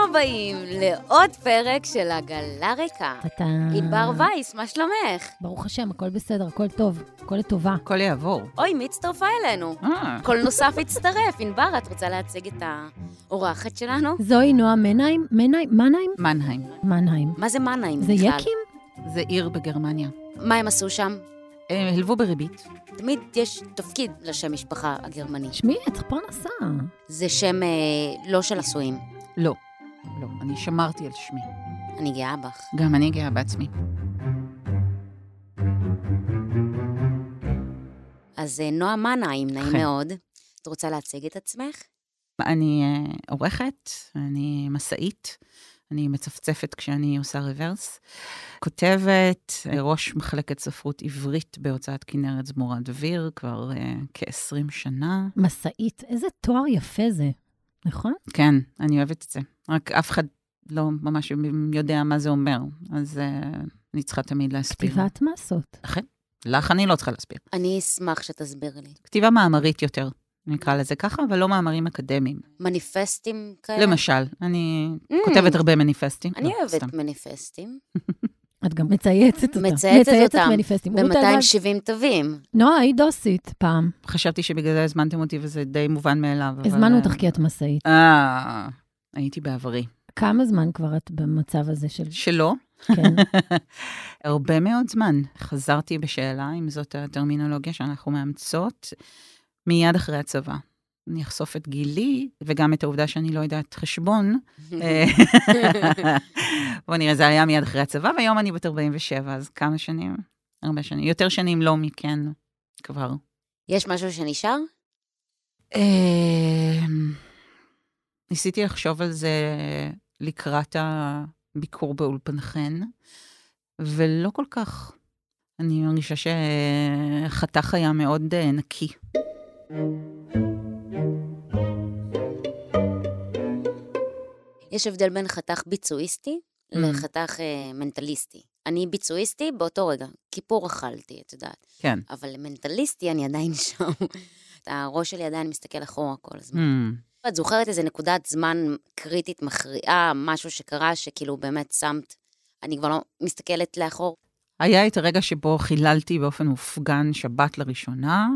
הבאים לעוד פרק של עגלה ריקה. ענבר וייס, מה שלומך? ברוך השם, הכל בסדר, הכל טוב, הכל לטובה. הכל יעבור. אוי, מי הצטרפה אלינו? כל נוסף הצטרף. ענבר, את רוצה להציג את האורחת שלנו? זוהי נועה מנהיים, מנהיים. מה זה מנהיים? זה יקים? זה עיר בגרמניה. מה הם עשו שם? הלוו בריבית. תמיד יש תפקיד לשם משפחה הגרמני. שמי, את פרנסה. זה שם לא של עשויים. לא, אני שמרתי על שמי. אני גאה בך. גם אני גאה בעצמי. אז נועה מנהיים, נעים מאוד. את רוצה להציג את עצמך? אני עורכת, אני מסעית, אני מצפצפת כשאני עושה רוורס, כותבת, ראש מחלקת ספרות עברית בהוצאת כנרת זמורה דביר, כבר כ-20 שנה. מסעית, איזה תואר יפה זה, נכון? כן, אני אוהבת את זה. רק אף אחד לא ממש יודע מה זה אומר, אז אני צריכה תמיד להסביר. כתיבת מסות. אחרי, לך אני לא צריכה להסביר. אני אשמח שתסביר לי. כתיבה מאמרית יותר. נקרא לזה ככה, אבל לא מאמרים אקדמיים. מניפסטים כאלה? למשל, אני כותבת הרבה מניפסטים. אני אוהבת מניפסטים. את גם מצייצת אותם. מצייצת אותם. מניפסטים. ב-270 תווים. נועה, היית דוסית פעם. חשבתי שבגלל זה הזמנתם אותי, וזה די מובן מאליו. הזמנו אותך כי את מסעית. הייתי בעברי. כמה זמן כבר את במצב הזה של... שלא? כן. הרבה מאוד זמן. חזרתי בשאלה, אם זאת הטרמינולוגיה שאנחנו מאמצות, מיד אחרי הצבא. אני אחשוף את גילי, וגם את העובדה שאני לא יודעת חשבון. בוא נראה, זה היה מיד אחרי הצבא, והיום אני בת 47, אז כמה שנים? הרבה שנים. יותר שנים לא מכן כבר. יש משהו שנשאר? ניסיתי לחשוב על זה לקראת הביקור באולפנחן, ולא כל כך. אני מרגישה שחתך היה מאוד נקי. יש הבדל בין חתך ביצועיסטי לחתך מנטליסטי. אני ביצועיסטי באותו רגע, כיפור אכלתי, את יודעת. כן. אבל מנטליסטי אני עדיין שם. הראש שלי עדיין מסתכל אחורה כל הזמן. את זוכרת איזה נקודת זמן קריטית מכריעה, משהו שקרה שכאילו באמת שמת, אני כבר לא מסתכלת לאחור. היה את הרגע שבו חיללתי באופן מופגן שבת לראשונה,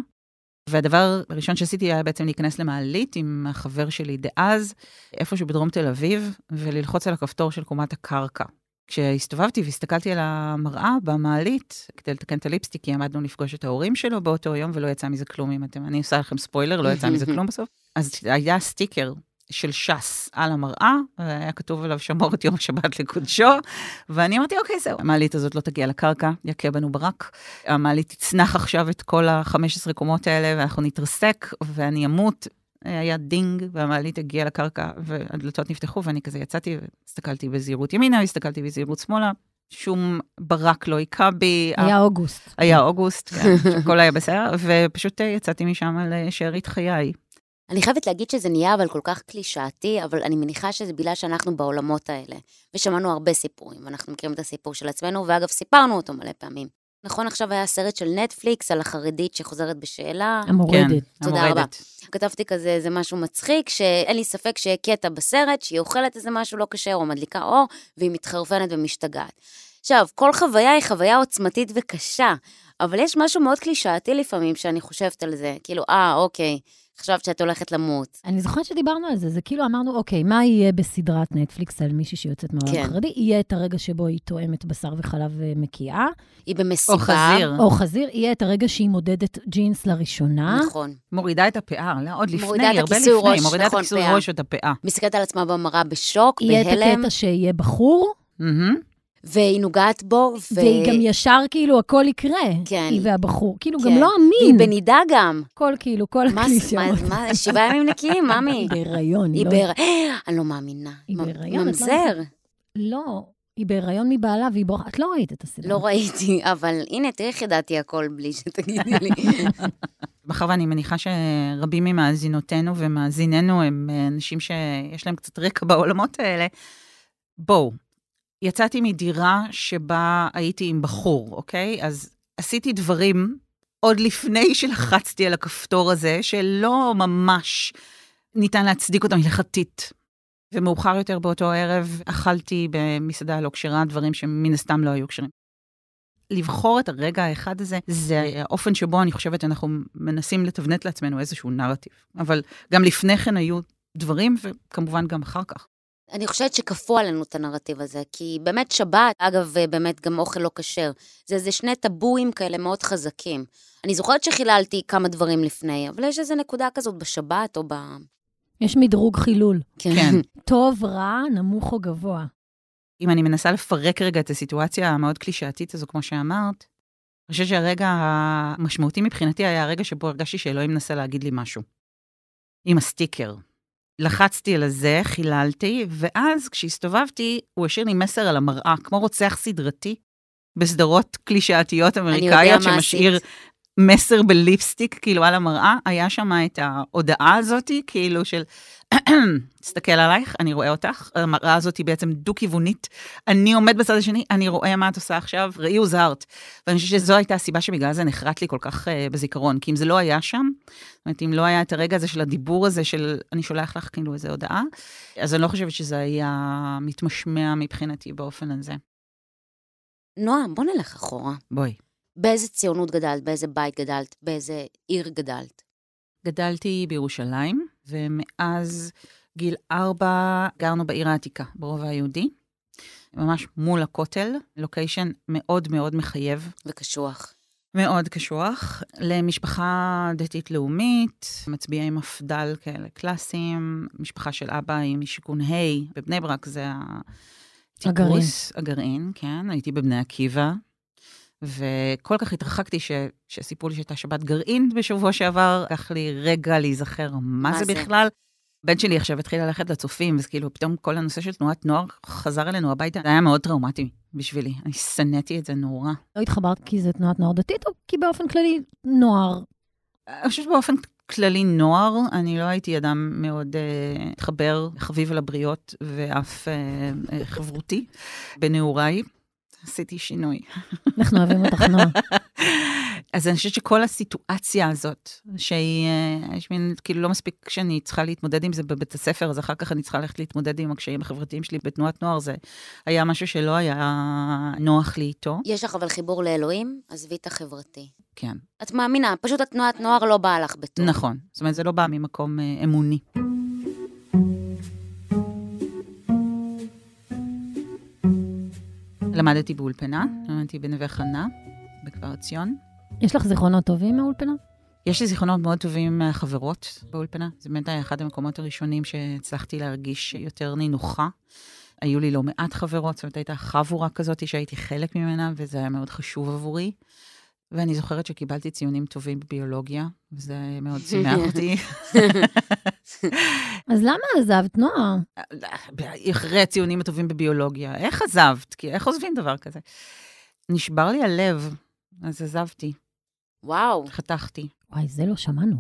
והדבר הראשון שעשיתי היה בעצם להיכנס למעלית עם החבר שלי דאז, איפשהו בדרום תל אביב, וללחוץ על הכפתור של קומת הקרקע. כשהסתובבתי והסתכלתי על המראה במעלית, כדי לתקן את הליפסטיק, כי עמדנו לפגוש את ההורים שלו באותו יום, ולא יצא מזה כלום. אני עושה לכם ספוילר, לא יצא מזה כלום בסוף. אז היה סטיקר של שס על המראה, והיה כתוב עליו שמור את יום השבת לקודשו, ואני אמרתי, אוקיי, זהו. המעלית הזאת לא תגיע לקרקע, יכה בנו ברק. המעלית תצנח עכשיו את כל ה-15 קומות האלה, ואנחנו נתרסק, ואני אמות. היה דינג, והמעלית הגיעה לקרקע, והדלתות נפתחו, ואני כזה יצאתי, והסתכלתי בזהירות ימינה, והסתכלתי בזהירות שמאלה. שום ברק לא היקע בי. היה אוגוסט, כן, הכל היה בסדר, ופשוט יצאתי משם על שארית חיי. אני חייבת להגיד שזה נהיה אבל כל כך קלישאתי, אבל אני מניחה שזה בגלל שאנחנו בעולמות האלה, ושמענו הרבה סיפורים, ואנחנו מכירים את הסיפור של עצמנו, ואגב סיפרנו אותו מלא פעמים. נכון, עכשיו היה סרט של נטפליקס על החרדית שחוזרת בשאלה. המורדת. כן, תודה רבה. כתבתי כזה, זה משהו מצחיק, שאין לי ספק שקטע בסרט, שהיא אוכלת איזה משהו לא כשר, או מדליקה אור, והיא מתחרפנת ומשתגעת. עכשיו, כל חוויה היא חוויה עוצמתית וקשה, אבל יש משהו מאוד קלישאתי לפעמים שאני חושבת על זה, כאילו, אוקיי, חשבת שאת הולכת למות. אני זוכרת שדיברנו על זה, זה כאילו אמרנו, אוקיי, מה יהיה בסדרת נטפליקס על מישהי שיוצאת מהעולם החרדי? יהיה את הרגע שבו היא תואמת בשר וחלב מקיאה. היא במסיבה. או חזיר. או חזיר, יהיה את הרגע שהיא מודדת ג'ינס לראשונה. נכון. מורידה את הפאה, עוד לפני, מורידה את הרבה הכיסוי לפני, ראש, מורידה נכון, את הכיסוי פאה. ראש ואת הפאה. מסתכלת על עצמה במראה בשוק, יהיה את בהלם. הקטע שיהיה בחור. והיא נוגעת בו, והיא גם ישר כאילו הכל יקרה. כן. היא והבחור, כאילו כן. גם לא אמין. והיא בנידה גם. כל הקלישאות. מה, 7 ימים נקיים, ממי? היא בהיריון. היא אני לא מאמינה. היא בהיריון. ממזר. לא, היא בהיריון מבעלה, והיא בורחת. את לא ראית את הסדרה. לא ראיתי, אבל הנה, תראי איך ידעתי הכל בלי שתגידי לי. מאחר ואני מניחה שרבים ממאזינותינו ומאזיננו הם אנשים שיש להם קצת רקע בעולמות האלה. בואו, יצאתי מדירה שבה הייתי עם בחור, אוקיי? אז עשיתי דברים עוד לפני שלחצתי על הכפתור הזה, שלא ממש ניתן להצדיק אותם הלכתית. ומאוחר יותר באותו ערב אכלתי במסעדה לא כשרה דברים שמן הסתם לא היו כשרים. לבחור את הרגע האחד הזה, זה האופן שבו אני חושבת אנחנו מנסים לתבנת לעצמנו איזשהו נרטיב. אבל גם לפני כן היו דברים, וכמובן גם אחר כך. אני חושבת שכפו עלינו את הנרטיב הזה, כי באמת שבת, אגב, באמת גם אוכל לא כשר, זה שני טבואים כאלה מאוד חזקים. אני זוכרת שחיללתי כמה דברים לפני, אבל יש איזו נקודה כזאת בשבת או יש מדרוג חילול. כן. טוב, רע, נמוך או גבוה. אם אני מנסה לפרק רגע את הסיטואציה המאוד קלישאתית הזו, כמו שאמרת, אני חושבת שהרגע המשמעותי מבחינתי היה הרגע שבו הרגשתי שאלוהים מנסה להגיד לי משהו. עם הסטיקר. לחצתי על זה, חיללתי, ואז כשהסתובבתי, הוא השאיר לי מסר על המראה, כמו רוצח סדרתי, בסדרות קלישאתיות אמריקאיות, שמשאיר מסר בליפסטיק, כאילו על המראה, היה שם את ההודעה הזאת, כאילו של, תסתכל עלייך, אני רואה אותך, המראה הזאת היא בעצם דו-כיוונית, אני עומד בצד השני, אני רואה מה את עושה עכשיו, ראי הוזהרת. ואני חושבת שזו הייתה הסיבה שבגלל זה נחרט לי כל כך בזיכרון, כי אם זה לא היה שם, זאת אומרת, אם לא היה את הרגע הזה של הדיבור הזה, של אני שולח לך כאילו איזו הודעה, אז אני לא חושבת שזה היה מתמשמע מבחינתי באופן הזה. נועם, בוא נלך אחורה. בואי. באיזה ציונות גדלת, באיזה בית גדלת, באיזה עיר גדלת? גדלתי בירושלים, ומאז גיל 4 גרנו בעיר העתיקה, ברובע היהודי, ממש מול הכותל, לוקיישן מאוד מאוד מחייב. וקשוח. מאוד קשוח, למשפחה דתית לאומית, מצביעי מפדל כאלה קלאסיים, משפחה של אבא עם משכון ה' בבני ברק, זה הטיפוס. הגרעין, כן, הייתי בבני עקיבא. וכל כך התרחקתי שסיפרו לי שהייתה שבת גרעין בשבוע שעבר, לקח לי רגע להיזכר מה זה בכלל. בן שלי עכשיו התחיל ללכת לצופים, אז כאילו פתאום כל הנושא של תנועת נוער חזר אלינו הביתה. זה היה מאוד טראומטי בשבילי, אני שנאתי את זה נורא. לא התחברת כי זה תנועת נוער דתית, או כי באופן כללי נוער? אני חושבת באופן כללי נוער, אני לא הייתי אדם מאוד התחבר, חביב על הבריות, ואף חברותי בנעוריי. עשיתי שינוי. אנחנו אוהבים אותך, נועה. אז אני חושבת שכל הסיטואציה הזאת, שהיא, כאילו לא מספיק שאני צריכה להתמודד עם זה בבית הספר, אז אחר כך אני צריכה ללכת להתמודד עם הקשיים החברתיים שלי בתנועת נוער, זה היה משהו שלא היה נוח לי איתו. יש לך אבל חיבור לאלוהים, עזבי את החברתי. כן. את מאמינה, פשוט התנועת נוער לא באה לך בטוב. נכון, זאת אומרת, זה לא בא ממקום אמוני. למדתי באולפנה, למדתי בנווה חנה, בכפר ציון. יש לך זיכרונות טובים מהאולפנה? יש לי זיכרונות מאוד טובים מהחברות באולפנה. זה באמת היה אחד המקומות הראשונים שהצלחתי להרגיש יותר נינוחה. היו לי לא מעט חברות, זאת אומרת, הייתה חבורה כזאת שהייתי חלק ממנה, וזה היה מאוד חשוב עבורי. ואני זוכרת שקיבלתי ציונים טובים בביולוגיה, וזה מאוד שימח אותי. אז למה עזבת, נועה? אחרי הציונים הטובים בביולוגיה. איך עזבת? כי איך עוזבים דבר כזה? נשבר לי הלב, אז עזבתי. וואו. חתכתי. וואי, זה לא שמענו.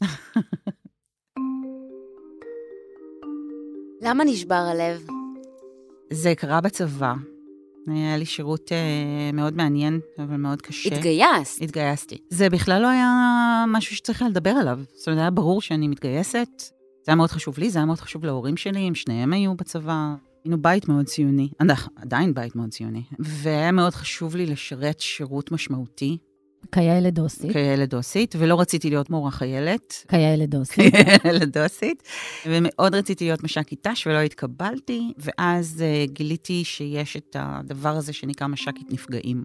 למה נשבר הלב? זה קרה בצבא. היה לי שירות מאוד מעניין, אבל מאוד קשה. התגייסת? התגייסתי. זה בכלל לא היה משהו שצריך לדבר עליו. זאת אומרת, היה ברור שאני מתגייסת. זה היה מאוד חשוב לי, זה היה מאוד חשוב להורים שלי, הם שניהם היו בצבא. היינו בית מאוד ציוני, עדיין בית מאוד ציוני. והיה מאוד חשוב לי לשרת שירות משמעותי. כילד דוסית. כילד דוסית, ולא רציתי להיות מורה חיילת. כילד דוסית. כילד דוסית. ומאוד רציתי להיות מש"קית ת"ש ולא התקבלתי, ואז גיליתי שיש את הדבר הזה שנקרא מש"קית נפגעים.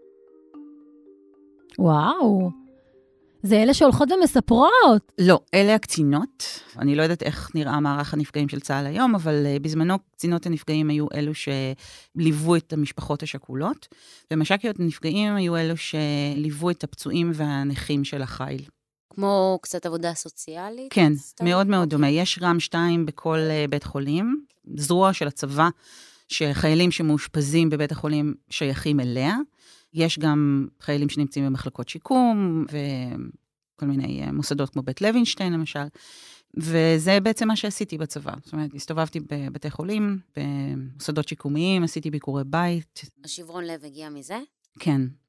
וואו. זה אלה שהולכות ומספרות. לא, אלה הקצינות. אני לא יודעת איך נראה מערך הנפגעים של צה"ל היום, אבל בזמנו קצינות הנפגעים היו אלו שליוו את המשפחות השכולות, ומש"קיות הנפגעים היו אלו שליוו את הפצועים והנכים של החיל. כמו קצת עבודה סוציאלית? כן, מאוד מאוד דומה. יש רם 2 בכל בית חולים, זרוע של הצבא, שחיילים שמאושפזים בבית החולים שייכים אליה, יש גם חיילים שנמצאים במחלקות שיקום, וכל מיני מוסדות כמו בית לוינשטיין למשל, וזה בעצם מה שעשיתי בצבא. זאת אומרת, הסתובבתי בבתי חולים, במוסדות שיקומיים, עשיתי ביקורי בית. השברון לב הגיע מזה? כן,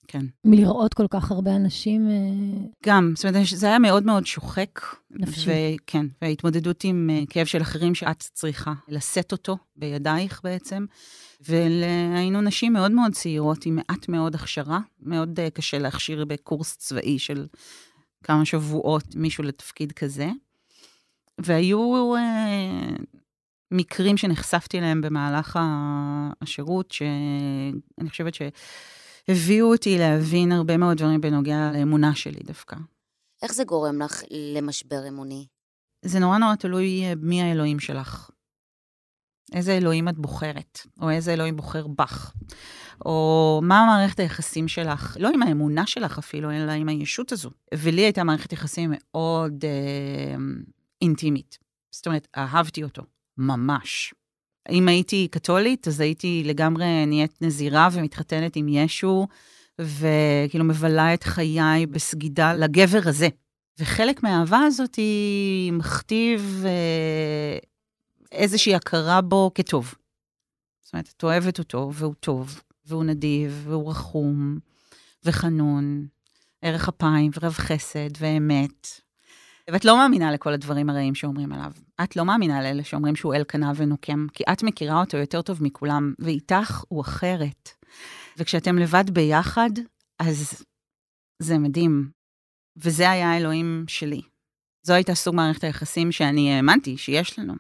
כן. מלראות כל כך הרבה אנשים... גם, זאת אומרת, זה היה מאוד מאוד שוחק. נפשי. וכן, וההתמודדות עם כאב של אחרים שאת צריכה לשאת אותו בידייך בעצם. והיינו נשים מאוד מאוד צעירות עם מעט מאוד הכשרה. מאוד קשה להכשיר בקורס צבאי של כמה שבועות מישהו לתפקיד כזה. והיו מקרים שנחשפתי אליהם במהלך השירות, שאני חושבת שהביאו אותי להבין הרבה מאוד דברים בנוגע לאמונה שלי דווקא. איך זה גורם לך למשבר אמוני? זה נורא נורא תלוי מי האלוהים שלך. איזה אלוהים את בוחרת, או איזה אלוהים בוחר בך, או מה מערכת היחסים שלך, לא עם האמונה שלך אפילו, אלא עם הישות הזו. ולי הייתה מערכת יחסים מאוד אינטימית. זאת אומרת, אהבתי אותו, ממש. אם הייתי קתולית, אז הייתי לגמרי נהיית נזירה ומתחתנת עם ישו, וכאילו מבלה את חיי בסגידה לגבר הזה. וחלק מהאהבה הזאת היא מכתיב איזושהי הכרה בו כטוב. זאת אומרת, את אוהבת אותו, והוא טוב, והוא נדיב, והוא רחום, וחנון, ערך אפיים, ורב חסד, ואמת. ואת לא מאמינה לכל הדברים הרעים שאומרים עליו. את לא מאמינה לאלה שאומרים שהוא אל קנה ונוקם, כי את מכירה אותו יותר טוב מכולם, ואיתך הוא אחרת. וכשאתם לבד ביחד, אז זה מדהים. וזה היה האלוהים שלי. זו הייתה סוג מערכת היחסים שאני האמנתי שיש לנו.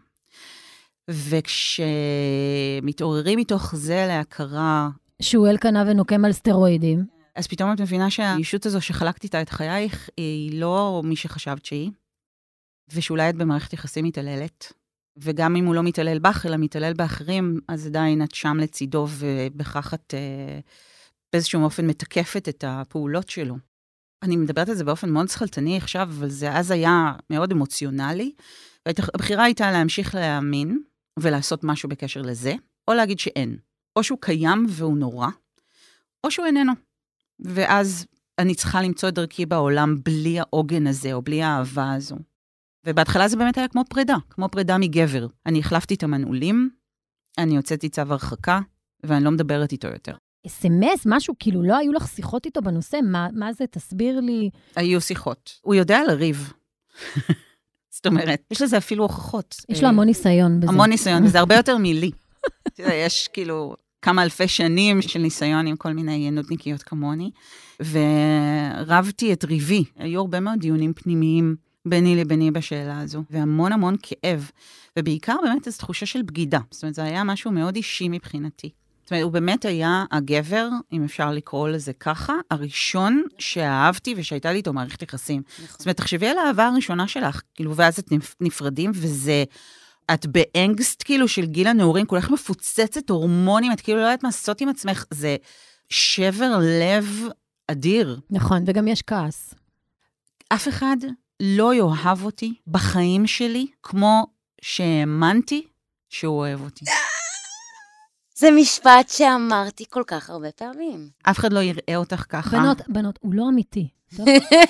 וכשמתעוררים מתוך זה להכרה... שהוא אל קנה ונוקם על סטרואידים. אז פתאום את מבינה שהישות הזו שחלקתי איתה את חייך, היא לא מי שחשבת שהיא, ושאולי את במערכת יחסים מתעללת, וגם אם הוא לא מתעלל בך, אלא מתעלל באחרים, אז עדיין את שם לצידו, ובכך את באיזשהו אופן מתקפת את הפעולות שלו. אני מדברת על זה באופן מאוד שכלתני עכשיו, אבל זה אז היה מאוד אמוציונלי, והבחירה הייתה להמשיך להאמין, ולעשות משהו בקשר לזה, או להגיד שאין. או שהוא קיים והוא נורא, או שהוא איננו. ואז אני צריכה למצוא את דרכי בעולם בלי העוגן הזה, או בלי האהבה הזו. ובהתחלה זה באמת היה כמו פרידה מגבר. אני החלפתי את המנעולים, אני יוצאתי צו הרחקה, ואני לא מדברת איתו יותר. אס-אם-אס, משהו, כאילו לא היו לך שיחות איתו בנושא, מה זה, תסביר לי. היו שיחות. הוא יודע לריב. זאת אומרת, יש לזה אפילו הוכחות. יש לו המון ניסיון בזה. המון ניסיון, וזה הרבה יותר מילי. יש כאילו כמה אלפי שנים של ניסיון עם כל מיני ינודניקיות כמוני, ורבתי את ריבי. היו הרבה מאוד דיונים פנימיים ביני לביני בשאלה הזו, והמון המון כאב, ובעיקר באמת איזו תחושה של בגידה. זאת אומרת, זה היה משהו מאוד אישי מבחינתי. זאת אומרת, הוא באמת היה הגבר, אם אפשר לקרוא לזה ככה, הראשון שאהבתי ושהייתה לי איתו מערכת יחסים. זאת אומרת, תחשבי על האהבה הראשונה שלך, כאילו, ואז את נפרדים, וזה, את באנגסט, כאילו, של גיל הנעורים, כולך מפוצצת הורמונים, את כאילו לא יודעת מה לעשות עם עצמך, זה שבר לב אדיר. נכון, וגם יש כעס. אף אחד לא יאהב אותי בחיים שלי, כמו שהאמנתי שהוא אוהב אותי. זה משפט שאמרתי כל כך הרבה פעמים. אף אחד לא יראה אותך ככה. בנות, הוא לא אמיתי. טוב?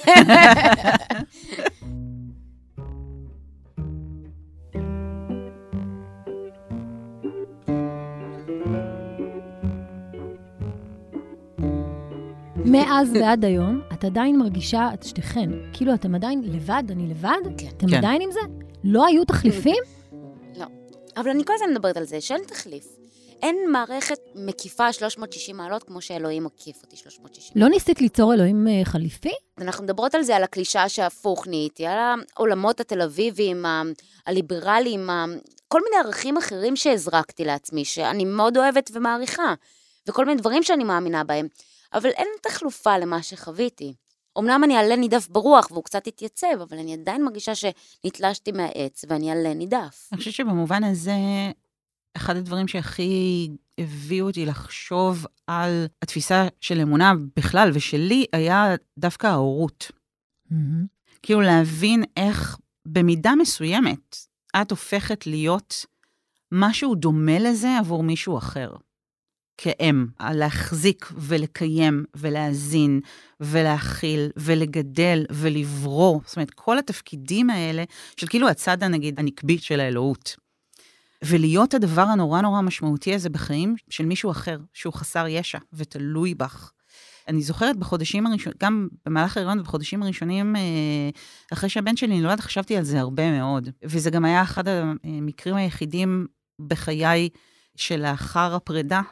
מאז ועד היום, את עדיין מרגישה את שתיכן. כאילו, אתם עדיין לבד, אני לבד? כן. אתם עדיין עם זה? לא היו תחליפים? לא. אבל אני כל הזמן מדברת על זה, שאין תחליף. אין מערכת מקיפה 360 מעלות כמו שאלוהים מקיף אותי 360. לא ניסית ליצור אלוהים חליפי? אנחנו מדברות על זה, על הקלישה שהפוך נהייתי, על העולמות התל אביביים, הליברליים, כל מיני ערכים אחרים שהזרקתי לעצמי, שאני מאוד אוהבת ומעריכה, וכל מיני דברים שאני מאמינה בהם, אבל אין תחלופה למה שחוויתי. אמנם אני עלה נידף ברוח, והוא קצת התייצב, אבל אני עדיין מרגישה שנתלשתי מהעץ, ואני עלה נידף. אני חושבת שבמובן הזה, אחד הדברים שהכי הביאו אותי לחשוב על התפיסה של אמונה בכלל, ושלי היה דווקא ההורות. כאילו להבין איך במידה מסוימת, את הופכת להיות משהו דומה לזה עבור מישהו אחר. כאם, להחזיק ולקיים ולהזין ולהכיל ולגדל ולברוא. זאת אומרת, כל התפקידים האלה של כאילו הצד, נגיד, הנקבית של האלוהות. ולהיות הדבר הנורא נורא משמעותי הזה בחיים של מישהו אחר, שהוא חסר ישע ותלוי בך. אני זוכרת בחודשים הראשונים, גם במהלך ההיריון ובחודשים הראשונים, אחרי שהבן שלי נולד, חשבתי על זה הרבה מאוד. וזה גם היה אחד המקרים היחידים בחיי שלאחר הפרידה,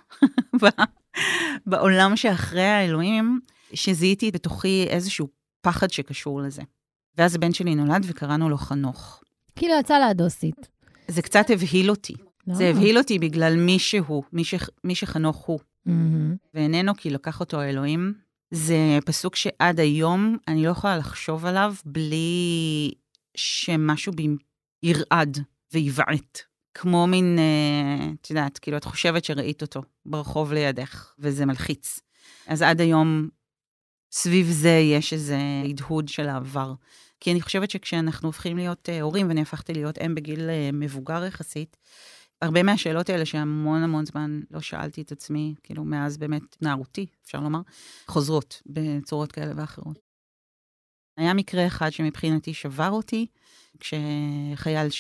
בעולם שאחרי האלוהים, שזיהיתי בתוכי איזשהו פחד שקשור לזה. ואז הבן שלי נולד וקראנו לו חנוך. כאילו יצא להדוסית. זה קצת הבהיל אותי. זה הבהיל אותי בגלל מי שחנוך הוא. ואיננו כי לקח אותו האלוהים. זה פסוק שעד היום אני לא יכולה לחשוב עליו בלי שמשהו בי ירעד ויבעט. כמו מין, את יודעת, כאילו את חושבת שראית אותו ברחוב לידך, וזה מלחיץ. אז עד היום סביב זה יש איזה הדהוד של העבר. כי אני חושבת שכשאנחנו הופכים להיות הורים, ואני הפכתי להיות אם בגיל מבוגר יחסית, הרבה מהשאלות האלה שהמון המון זמן לא שאלתי את עצמי, כאילו מאז באמת נערותי, אפשר לומר, חוזרות בצורות כאלה ואחרות. היה מקרה אחד שמבחינתי שבר אותי, כשחייל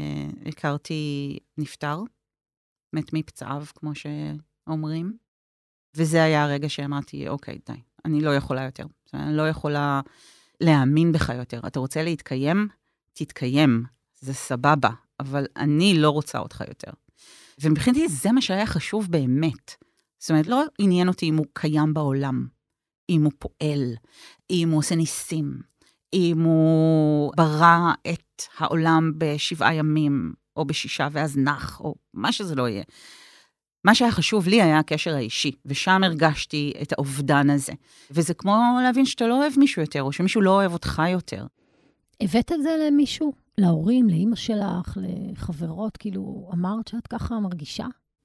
שהכרתי נפטר, מת מפצעיו, כמו שאומרים, וזה היה הרגע שאמרתי, אוקיי, די, אני לא יכולה יותר. אני לא יכולה להאמין בך יותר. אתה רוצה להתקיים? תתקיים. זה סבבה, אבל אני לא רוצה אותך יותר. ומבחינתי זה מה שהיה חשוב באמת. זאת אומרת, לא עניין אותי אם הוא קיים בעולם, אם הוא פועל, אם הוא עושה ניסים, אם הוא ברא את העולם ב7 ימים, או ב6 ואז נח, או מה שזה לא יהיה. מה שהיה חשוב לי היה הקשר האישי, ושם הרגשתי את האובדן הזה. וזה כמו להבין שאתה לא אוהב מישהו יותר, או שמישהו לא אוהב אותך יותר. הבאת את זה למישהו? להורים, לאמא שלך, לחברות? כאילו, אמרת שאת ככה מרגישה?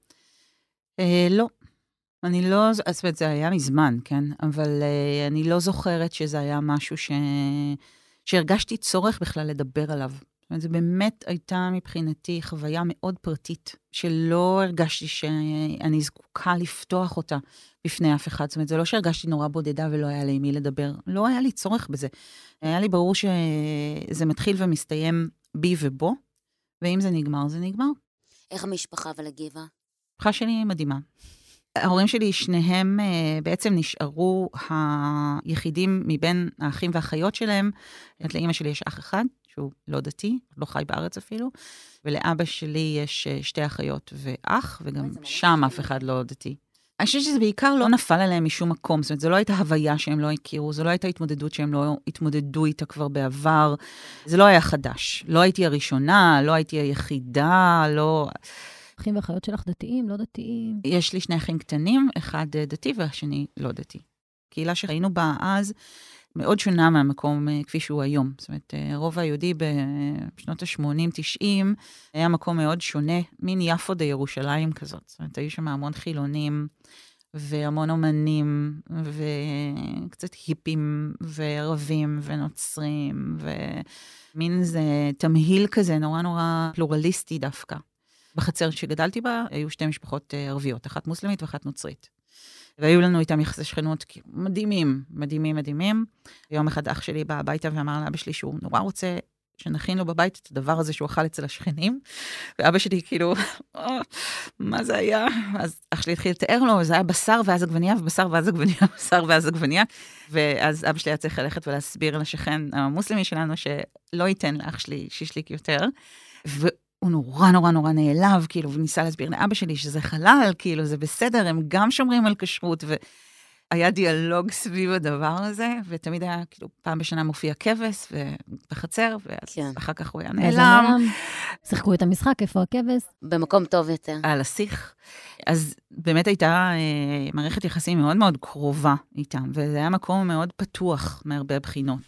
לא. אני לא, זאת אומרת, זה היה מזמן, כן? אבל אני לא זוכרת שזה היה משהו שהרגשתי צורך בכלל לדבר עליו. זאת אומרת, זה באמת הייתה מבחינתי חוויה מאוד פרטית, שלא הרגשתי שאני זקוקה לפתוח אותה בפני אף אחד. זאת אומרת, זה לא שהרגשתי נורא בודדה ולא היה לי מי לדבר. לא היה לי צורך בזה. היה לי ברור שזה מתחיל ומסתיים בי ובו, ואם זה נגמר, זה נגמר. איך המשפחה ולגיבה? המשפחה שלי מדהימה. ההורים שלי, שניהם בעצם נשארו היחידים מבין האחים והאחיות שלהם. לאמא שלי יש אח אחד, שהוא לא דתי, לא חי בארץ אפילו, ולאבא שלי יש 2 אחיות ואח, וגם שם אף אחד לא דתי. אני חושבת שזה בעיקר לא נפל עליהם משום מקום, זאת אומרת, זו לא הייתה הוויה שהם לא הכירו, זו לא הייתה התמודדות שהם לא התמודדו איתה כבר בעבר, זה לא היה חדש. לא הייתי הראשונה, לא הייתי היחידה, לא... אחים ואחיות שלך דתיים, לא דתיים? יש לי 2 אחים קטנים, אחד דתי והשני לא דתי. קהילה שראינו בה אז מאוד שונה מהמקום כפי שהוא היום. זאת אומרת, הרוב היהודי בשנות ה-80-90 היה מקום מאוד שונה, מין יפו דה ירושלים כזאת. זאת אומרת, היו שם המון חילונים והמון אומנים וקצת היפים וערבים ונוצרים ומין איזה תמהיל כזה נורא נורא פלורליסטי דווקא. בחצר שגדלתי בה, היו 2 משפחות ערביות, אחת מוסלמית ואחת נוצרית. והיו לנו איתם יחסי שכנות מדהימים, מדהימים, מדהימים. יום אחד אח שלי בא הביתה ואמר לאבא שלי שהוא נורא רוצה שנכין לו בבית את הדבר הזה שהוא אכל אצל השכנים. ואבא שלי כאילו, מה זה היה? אז אח שלי התחיל לתאר לו, זה היה בשר ואז עגבנייה, ובשר ואז עגבנייה, בשר ואז עגבנייה. ואז אבא שלי היה צריך ללכת ולהסביר לשכן המוסלמי שלנו שלא ייתן לאח שלי שישליק יותר. הוא נורא נורא נורא נעלב, כאילו, וניסה להסביר לאבא שלי שזה חלל, כאילו, זה בסדר, הם גם שומרים על כשרות, והיה דיאלוג סביב הדבר הזה, ותמיד היה, כאילו, פעם בשנה מופיע כבש, בחצר, ואחר כך הוא היה נעלם. שיחקו את המשחק, איפה הכבש? במקום טוב יותר. על השיח. אז באמת הייתה מערכת יחסים מאוד מאוד קרובה איתם, וזה היה מקום מאוד פתוח מהרבה בחינות.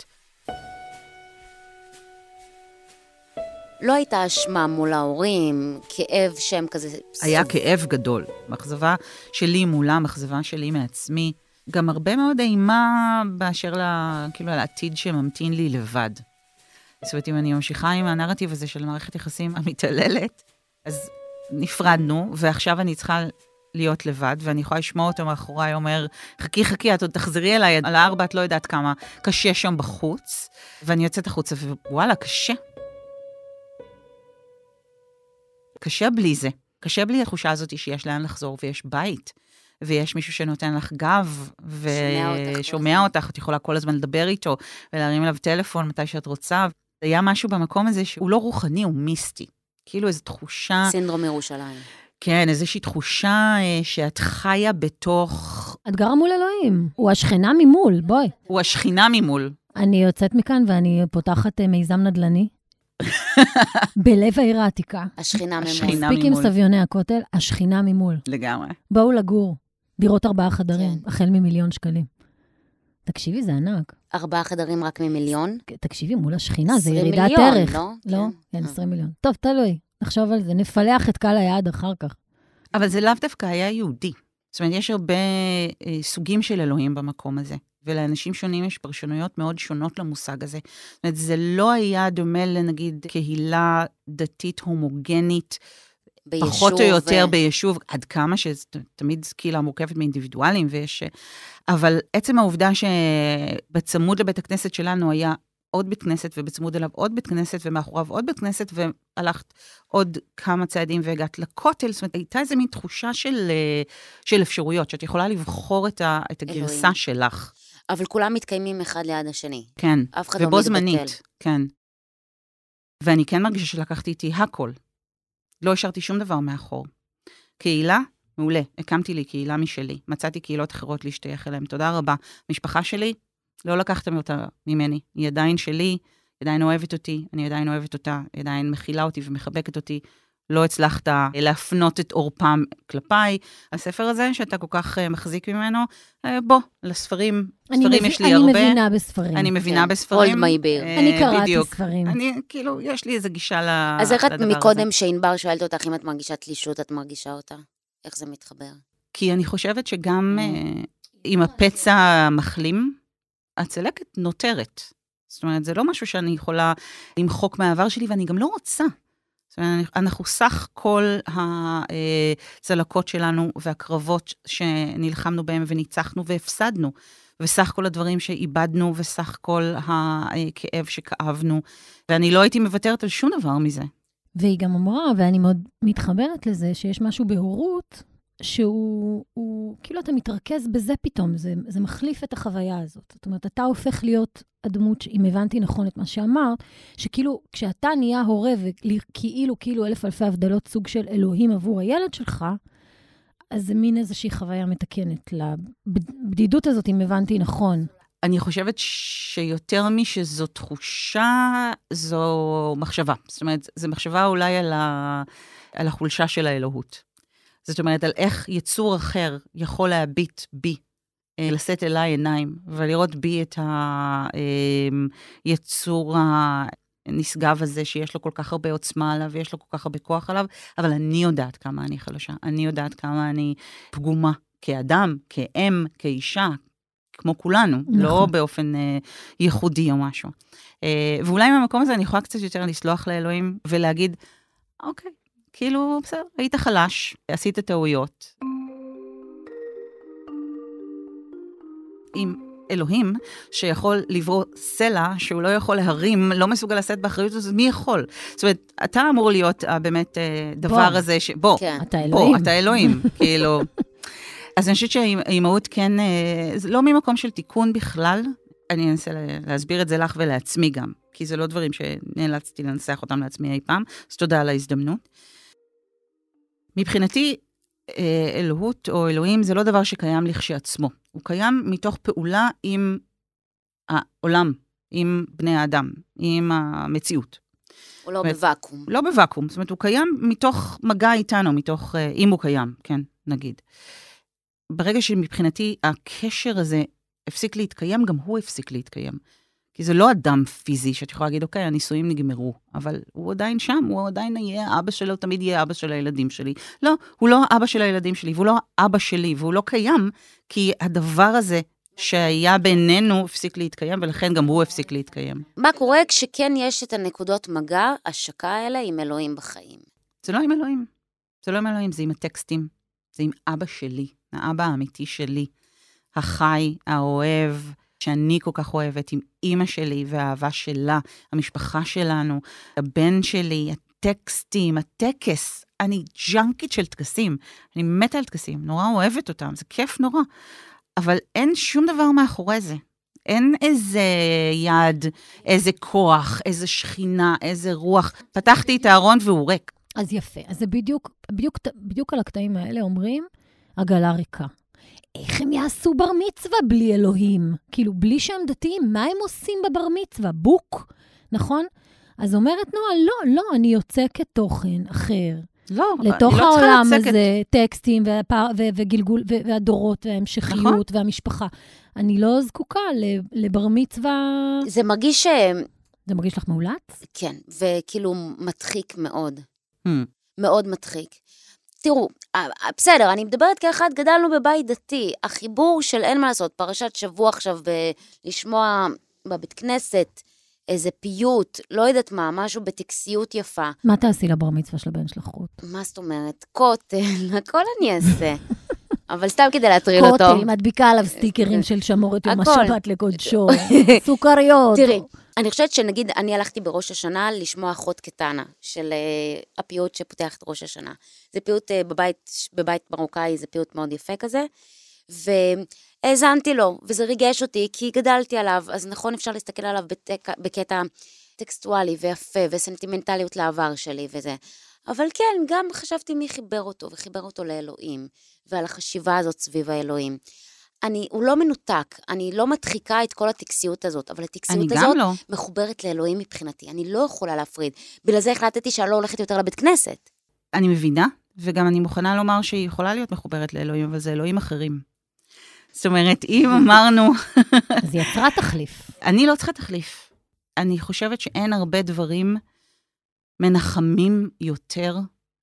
לא הייתה אשמה מול ההורים, כאב שהם כזה... היה כאב גדול. מחזבה שלי מולה, מחזבה שלי מעצמי. גם הרבה מאוד אימה באשר כאילו על העתיד שממתין לי לבד. זאת אומרת, אם אני ממשיכה עם הנרטיב הזה של מערכת יחסים המתעללת, אז נפרדנו, ועכשיו אני צריכה להיות לבד, ואני יכולה לשמוע אותו מאחוריי, אומר, חכי, את עוד תחזרי אליי, על 4 את לא יודעת כמה קשה שם בחוץ, ואני יוצאת החוצה, ווואלה, קשה. קשה בלי זה. קשה בלי התחושה הזאת שיש לאן לחזור ויש בית. ויש מישהו שנותן לך גב, ושומע אותך, את יכולה כל הזמן לדבר איתו, ולהרים אליו טלפון מתי שאת רוצה. היה משהו במקום הזה שהוא לא רוחני, הוא מיסטי. כאילו איזו תחושה... סינדרום ירושלים. כן, איזושהי תחושה שאת חיה בתוך... את גרה מול אלוהים. הוא השכנה ממול, בואי. הוא השכינה ממול. אני יוצאת מכאן ואני פותחת מיזם נדל"ני. בלב העיר העתיקה. השכינה ממול. מספיק עם סביוני הכותל, השכינה ממול. לגמרי. בואו לגור. דירות 4 חדרים, החל מ1,000,000 שקלים. תקשיבי, זה ענק. 4 חדרים רק מ1,000,000? תקשיבי, מול השכינה, זה ירידת 20 מיליון, ערך. לא? לא? כן, 20 מיליון. טוב, תלוי. נחשוב על זה, נפלח את קהל היעד אחר כך. אבל זה לאו דווקא היה יהודי. זאת אומרת, יש הרבה סוגים של אלוהים במקום הזה, ולאנשים שונים יש פרשנויות מאוד שונות למושג הזה. זאת אומרת, זה לא היה דומה לנגיד קהילה דתית הומוגנית, פחות או יותר ביישוב, עד כמה שתמיד קהילה מורכבת מאינדיבידואלים, אבל עצם העובדה שבצמוד לבית הכנסת שלנו היה עוד בית כנסת, ובצמוד אליו עוד בית כנסת, ומאחוריו עוד בית כנסת, והלכת עוד כמה צעדים והגעת לכותל, זאת אומרת, הייתה איזו מין תחושה של אפשרויות, שאת יכולה לבחור את הגרסה שלך. אבל כולם מתקיימים אחד ליד השני. כן, אף אחד לא ובו מתבטל. זמנית, כן. ואני כן מרגישה שלקחתי איתי הכל. לא השארתי שום דבר מאחור. קהילה, מעולה, הקמתי לי קהילה משלי, מצאתי קהילות אחרות להשתייך אליהם, תודה רבה. משפחה שלי, לא לקחתם אותה ממני, היא עדיין שלי, היא עדיין אוהבת אותי, אני עדיין אוהבת אותה, היא עדיין מכילה אותי ומחבקת אותי, לא הצלחת להפנות את אורפם כלפיי. הספר הזה שאתה כל כך מחזיק ממנו, בוא, לספרים, ספרים יש לי הרבה. אני מבינה בספרים. אני מבינה בספרים. אני קראתי ספרים. אני, כאילו, יש לי איזו גישה לדבר הזה. אז איך את מקודם שענבר שואלת אותך אם את מרגישה תלישות, את מרגישה אותה? איך זה מתחבר? כי אני חושבת שגם עם הפצע מחלים, הצלקת נותרת. זאת אומרת, זה לא משהו שאני יכולה למחוק מהעבר שלי, ואני גם לא רוצה. זאת אומרת, אנחנו סך כל הצלקות שלנו והקרבות שנלחמנו בהם וניצחנו והפסדנו, וסך כל הדברים שאיבדנו, וסך כל הכאב שכאבנו, ואני לא הייתי מוותרת על שום דבר מזה. והיא גם אמרה, ואני מאוד מתחברת לזה, שיש משהו בהורות, שהוא כאילו אתה מתרכז בזה פתאום, זה מחליף את החוויה הזאת. זאת אומרת, אתה הופך להיות הדמות, אם הבנתי נכון את מה שאמרת, שכאילו כשאתה נהיה הורה, וכאילו אלף אלפי הבדלות סוג של אלוהים עבור הילד שלך, אז זה מין איזושהי חוויה מתקנת לבדידות הזאת, אם הבנתי נכון. אני חושבת שיותר משזו תחושה, זו מחשבה. זאת אומרת, זו מחשבה אולי על החולשה של האלוהות. זאת אומרת, על איך יצור אחר יכול להביט בי, לשאת אליי עיניים, ולראות בי את היצור הנשגב הזה, שיש לו כל כך הרבה עוצמה עליו, ויש לו כל כך הרבה כוח עליו, אבל אני יודעת כמה אני חלשה, אני יודעת כמה אני פגומה, כאדם, כאם, כאישה, כמו כולנו, נכון. לא באופן ייחודי או משהו. ואולי מהמקום הזה אני יכולה קצת יותר לסלוח לאלוהים, ולהגיד, אוקיי, כאילו, בסדר, היית חלש, עשית טעויות. עם אלוהים שיכול לברוא סלע, שהוא לא יכול להרים, לא מסוגל לשאת באחריות, אז מי יכול? זאת אומרת, אתה אמור להיות באמת דבר הזה, בוא, אתה אלוהים, כאילו. אז אני חושבת שהאימהות כן, זה לא ממקום של תיקון בכלל, אני אנסה להסביר את זה לך ולעצמי גם, כי זה לא דברים שנאלצתי לנסח אותם לעצמי אי פעם, אז תודה על ההזדמנות. מבחינתי, אלוהות או אלוהים זה לא דבר שקיים לכשעצמו. הוא קיים מתוך פעולה עם העולם, עם בני האדם, עם המציאות. הוא לא בוואקום. לא בוואקום, זאת אומרת, הוא קיים מתוך מגע איתנו, מתוך, אם הוא קיים, כן, נגיד. ברגע שמבחינתי הקשר הזה הפסיק להתקיים, גם הוא הפסיק להתקיים. כי זה לא אדם פיזי שאת יכולה להגיד, אוקיי, הניסויים נגמרו, אבל הוא עדיין שם, הוא עדיין יהיה אבא שלו, תמיד יהיה אבא של הילדים שלי. לא, הוא לא אבא של הילדים שלי, והוא לא אבא שלי, והוא לא קיים, כי הדבר הזה שהיה בינינו הפסיק להתקיים, ולכן גם הוא הפסיק להתקיים. מה קורה כשכן יש את הנקודות מגע, השקה האלה עם אלוהים בחיים? זה לא עם אלוהים. זה לא עם אלוהים, זה עם הטקסטים. זה עם אבא שלי, האבא האמיתי שלי, החי, האוהב, שאני כל כך אוהבת, עם אמא שלי והאהבה שלה, המשפחה שלנו, הבן שלי, הטקסטים, הטקס, אני ג'אנקית של טקסים, אני מתה על טקסים, נורא אוהבת אותם, זה כיף נורא, אבל אין שום דבר מאחורי זה. אין איזה יד, איזה כוח, איזה שכינה, איזה רוח. פתחתי את הארון והוא ריק. אז יפה. אז זה בדיוק על הקטעים האלה אומרים, עגלה ריקה. איך הם יעשו בר מצווה בלי אלוהים? כאילו, בלי שהם דתיים, מה הם עושים בבר מצווה? בוק, נכון? אז אומרת נועה, לא, אני יוצקת תוכן אחר. לא, לתוך אני לא צריכה העולם לצקת. הזה, טקסטים וגלגול, והדורות, וההמשכיות, נכון. והמשפחה. אני לא זקוקה לבר מצווה... זה מרגיש זה מרגיש לך מאולץ? כן, וכאילו מדחיק מאוד. מאוד מדחיק. תראו, בסדר, אני מדברת כאחד, גדלנו בבית דתי, החיבור של אין מה לעשות, פרשת שבוע עכשיו לשמוע בבית כנסת, איזה פיוט, לא יודעת מה, משהו בטקסיות יפה. מה תעשי לבר מצווה של הבן שלך רות? מה זאת אומרת? קוטל, הכל אני אעשה. אבל סתם כדי להטריל אותו. קוטל, מדביקה עליו סטיקרים של שמורת יום הכל. השבת לקודשו, סוכריות. תראי, אני חושבת שנגיד, אני הלכתי בראש השנה לשמוע אחות קטנה, של הפיוט שפותח את ראש השנה. זה פיוט בבית מרוקאי, זה פיוט מאוד יפה כזה, והאזנתי לו, וזה ריגש אותי, כי גדלתי עליו, אז נכון אפשר להסתכל עליו בקטע טקסטואלי ויפה, וסנטימנטליות לעבר שלי וזה. אבל כן, גם חשבתי מי חיבר אותו, וחיבר אותו לאלוהים, ועל החשיבה הזאת סביב האלוהים. הוא לא מנותק, אני לא מדחיקה את כל הטקסיות הזאת, אבל הטקסיות הזאת לא. מחוברת לאלוהים מבחינתי, אני לא יכולה להפריד. בגלל זה החלטתי שאני לא הולכת יותר לבית כנסת. אני מבינה, וגם אני מוכנה לומר שהיא יכולה להיות מחוברת לאלוהים, אבל זה אלוהים אחרים. זאת אומרת, אם אמרנו... אז היא יצרה תחליף. אני לא צריכה תחליף. אני חושבת שאין הרבה דברים מנחמים יותר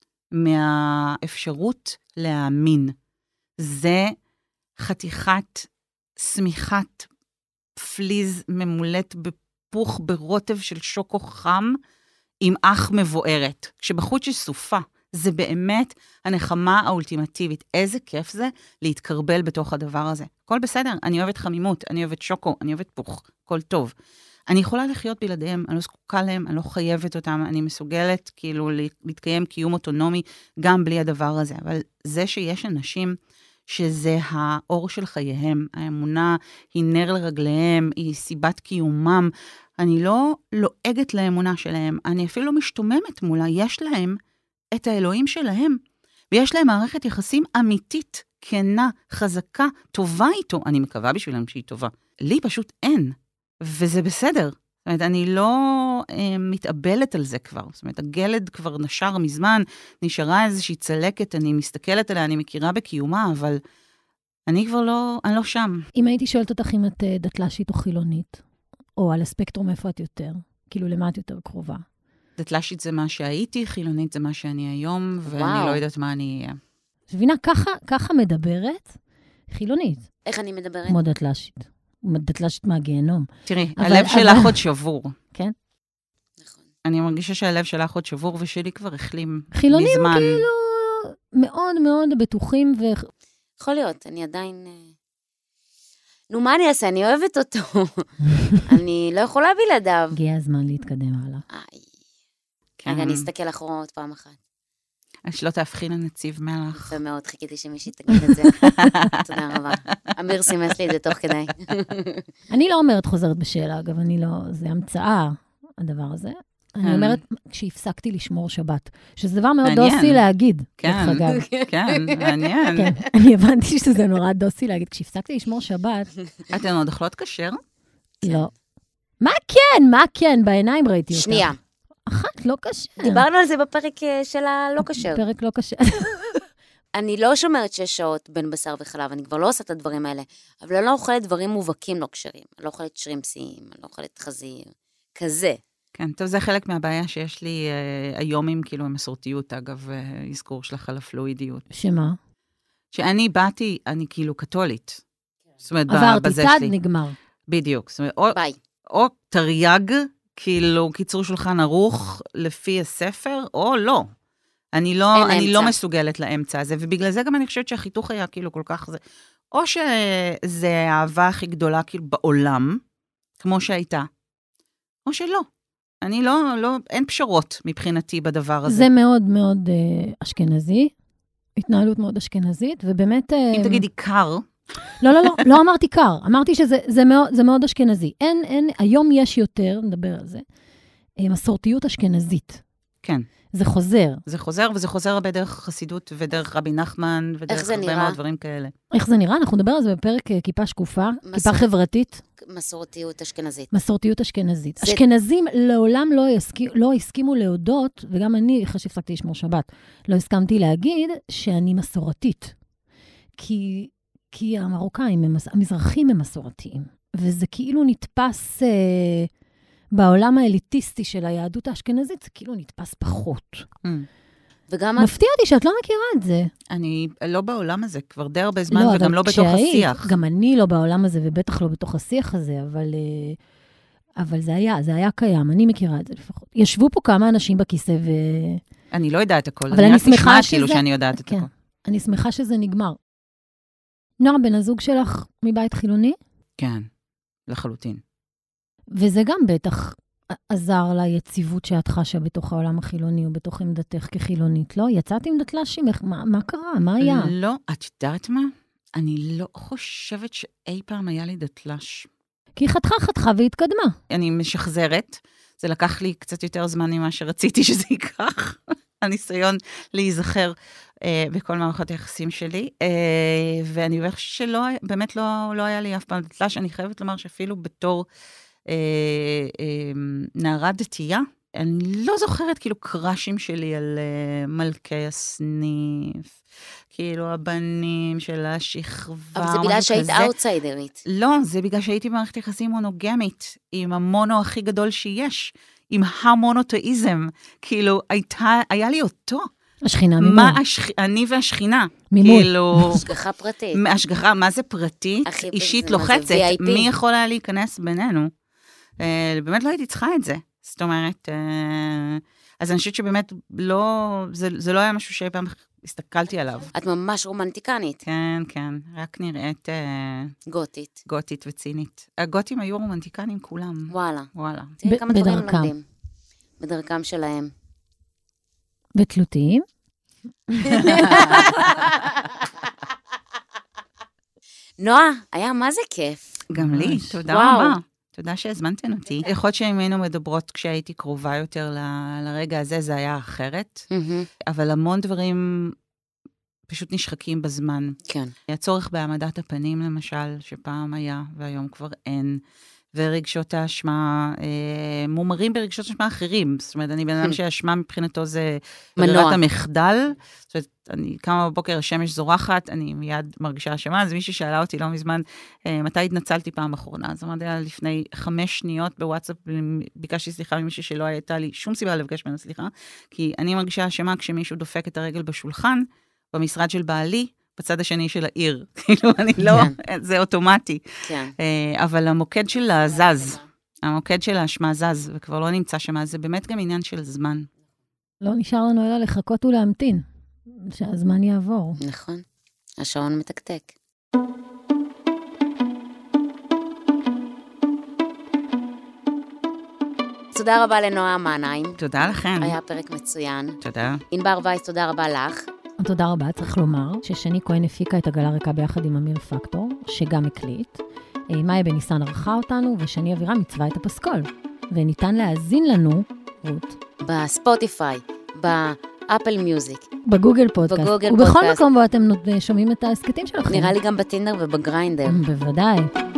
מהאפשרות להאמין. זה חתיכת סמיכת פליז ממולט בפוך ברוטב של שוקו חם עם אח מבוערת. כשבחוץ יש סופה, זה באמת הנחמה האולטימטיבית. איזה כיף זה להתקרבל בתוך הדבר הזה. הכל בסדר, אני אוהבת חמימות, אני אוהבת שוקו, אני אוהבת פוך, הכל טוב. אני יכולה לחיות בלעדיהם, אני לא זקוקה להם, אני לא חייבת אותם, אני מסוגלת כאילו להתקיים קיום אוטונומי גם בלי הדבר הזה. אבל זה שיש אנשים שזה האור של חייהם, האמונה היא נר לרגליהם, היא סיבת קיומם, אני לא לועגת לאמונה שלהם, אני אפילו לא משתוממת מולה, יש להם את האלוהים שלהם, ויש להם מערכת יחסים אמיתית, כנה, חזקה, טובה איתו, אני מקווה בשבילם שהיא טובה. לי פשוט אין, וזה בסדר. זאת אומרת, אני לא מתאבלת על זה כבר. זאת אומרת, הגלד כבר נשר מזמן, נשארה איזושהי צלקת, אני מסתכלת עליה, אני מכירה בקיומה, אבל אני כבר לא, אני לא שם. אם הייתי שואלת אותך אם את דתל"שית או חילונית, או על הספקטרום איפה את יותר, כאילו למה את יותר קרובה? דתל"שית זה מה שהייתי, חילונית זה מה שאני היום, ואני לא יודעת מה אני אהיה. שבינה, ככה מדברת חילונית. איך אני מדברת? כמו דתל"שית. דתל"שית מהגיהנום. תראי, הלב שלך עוד שבור. כן? נכון. אני מרגישה שהלב שלך עוד שבור, ושלי כבר החלים מזמן. חילונים כאילו מאוד מאוד בטוחים יכול להיות, אני עדיין... נו, מה אני אעשה? אני אוהבת אותו. אני לא יכולה בלעדיו. הגיע הזמן להתקדם הלאה. רגע, אני אסתכל אחורה עוד פעם אחת. שלא תהפכי לנציב מלח. יפה מאוד, חיכיתי שמישהי תגיד את זה. תודה רבה. אמיר סימס לי את זה תוך כדי. אני לא אומרת חוזרת בשאלה, אגב, אני לא, זה המצאה, הדבר הזה. אני אומרת, כשהפסקתי לשמור שבת, שזה דבר מאוד דוסי להגיד. כן, מעניין. כן, אני הבנתי שזה נורא דוסי להגיד. כשהפסקתי לשמור שבת... אתן עוד אוכלות כשר? לא. מה כן? בעיניים ראיתי אותה. שנייה. אחת, לא כשר. דיברנו על זה בפרק של הלא כשר. פרק לא כשר. אני לא שומרת 6 שעות בין בשר וחלב, אני כבר לא עושה את הדברים האלה, אבל אני לא אוכלת דברים מובהקים לא כשרים. אני לא אוכלת שרימפסים, אני לא אוכלת חזיר, כזה. כן, טוב, זה חלק מהבעיה שיש לי היום עם כאילו המסורתיות, אגב, אזכור שלך על הפלואידיות. שמה? שאני באתי, אני כאילו קתולית. זאת אומרת, עברתי בזה צד, שלי. נגמר. בדיוק. זאת אומרת, ביי. או תרי"ג, כאילו קיצור שולחן ערוך לפי הספר, או לא. אני לא מסוגלת לאמצע הזה, ובגלל זה גם אני חושבת שהחיתוך היה כאילו כל כך זה. או שזה האהבה הכי גדולה כאילו בעולם, כמו שהייתה, או שלא. אין פשרות מבחינתי בדבר הזה. זה מאוד מאוד אשכנזי, התנהלות מאוד אשכנזית, ובאמת... אם תגידי קר... לא אמרתי קר, אמרתי שזה מאוד אשכנזי. היום יש יותר, נדבר על זה, מסורתיות אשכנזית. כן. זה חוזר. זה חוזר, וזה חוזר הרבה דרך חסידות, ודרך רבי נחמן, ודרך הרבה מאוד דברים כאלה. איך זה נראה? אנחנו נדבר על זה בפרק כיפה שקופה, כיפה חברתית. מסורתיות אשכנזית. מסורתיות אשכנזית. אשכנזים לעולם לא הסכימו להודות, וגם אני, אחרי שהפסקתי לשמור שבת, לא הסכמתי להגיד שאני מסורתית. כי המרוקאים, המזרחים הם מסורתיים. וזה כאילו נתפס... בעולם האליטיסטי של היהדות האשכנזית, זה כאילו נתפס פחות. מפתיע אותי שאת לא מכירה את זה. אני לא בעולם הזה, כבר די הרבה זמן, וגם לא בתוך השיח. גם אני לא בעולם הזה, ובטח לא בתוך השיח הזה, אבל זה היה קיים, אני מכירה את זה לפחות. ישבו פה כמה אנשים בכיסא אני לא יודעת הכל, אבל אני שמחה שזה... כאילו שאני יודעת את הכל. אני שמחה שזה נגמר. נועה, בן הזוג שלך מבית חילוני? כן, לחלוטין. וזה גם בטח עזר ליציבות שאת חשה בתוך העולם החילוני, או בתוך עמדתך כחילונית, לא? יצאת עם דתל"שים? מה קרה? מה היה? לא, את יודעת מה? אני לא חושבת שאי פעם היה לי דתל"ש. כי חתכה והתקדמה. אני משחזרת. זה לקח לי קצת יותר זמן ממה שרציתי שזה ייקח. הניסיון להיזכר בכל מערכות היחסים שלי. ואני חושבת שלא, באמת לא היה לי אף פעם דתל"ש. אני חייבת לומר שאפילו בתור... נערה דתייה, אני לא זוכרת כאילו קראשים שלי על מלכי הסניף, כאילו הבנים של השכבה. אבל זה בגלל שהיית אאוטסיידרית. לא, זה בגלל שהייתי במערכת יחסים מונוגמית, עם המונו הכי גדול שיש, עם המונותאיזם, כאילו היה לי אותו. השכינה ממול. אני והשכינה. ממול. כאילו... השגחה פרטית. השגחה, מה זה פרטית? אישית לוחצת. מי יכול היה להיכנס בינינו? באמת לא הייתי צריכה את זה. זאת אומרת, אז אני חושבת שבאמת זה לא היה משהו שאי פעם הסתכלתי עליו. את ממש רומנטיקנית. כן, כן. רק נראית... גותית. גותית וצינית. הגותים היו רומנטיקנים כולם. וואלה. וואלה. תראי כמה דברים לומדים. בדרכם שלהם. ותלותיים? נועה, היה מה זה כיף. גם לי, תודה רבה. תודה שהזמנתן אותי. יכול להיות שאם היינו מדברות כשהייתי קרובה יותר לרגע הזה, זה היה אחרת. אבל המון דברים פשוט נשחקים בזמן. כן. הצורך בהעמדת הפנים, למשל, שפעם היה, והיום כבר אין. ורגשות האשמה, מומרים ברגשות האשמה אחרים. זאת אומרת, אני בן אדם שהאשמה מבחינתו זה ברירת המחדל. זאת אומרת, אני קמה בבוקר, השמש זורחת, אני מיד מרגישה אשמה. אז מישהי שאלה אותי לא מזמן, מתי התנצלתי פעם אחרונה? אז אמרתי לה, לפני 5 שניות בוואטסאפ, ביקשתי סליחה ממישהי שלא הייתה לי שום סיבה לבקש ממנה סליחה, כי אני מרגישה אשמה כשמישהו דופק את הרגל בשולחן, במשרד של בעלי, בצד השני של העיר. כאילו, אני לא, זה אוטומטי. כן. אבל המוקד שלה זז. המוקד של האשמה זז, וכבר לא נמצא שמה. זה באמת גם עניין של זמן. לא נשאר לנו אלא לחכות ולהמתין, שהזמן יעבור. נכון. השעון מתקתק. תודה רבה לנועה מנהיים. תודה לכם. היה פרק מצוין. תודה. ענבר וייס, תודה רבה לך. תודה רבה, צריך לומר ששני כהן הפיקה את עגלה ריקה ביחד עם אמיר פקטור, שגם הקליט. מאיה בניסן ערכה אותנו, ושני אבירה מצווה את הפסקול. וניתן להאזין לנו, רות, בספוטיפיי, באפל מיוזיק, בגוגל פודקאסט, ובכל מקום בו אתם שומעים את העסקטים שלכם. נראה לי גם בטינדר ובגריינדר. בוודאי.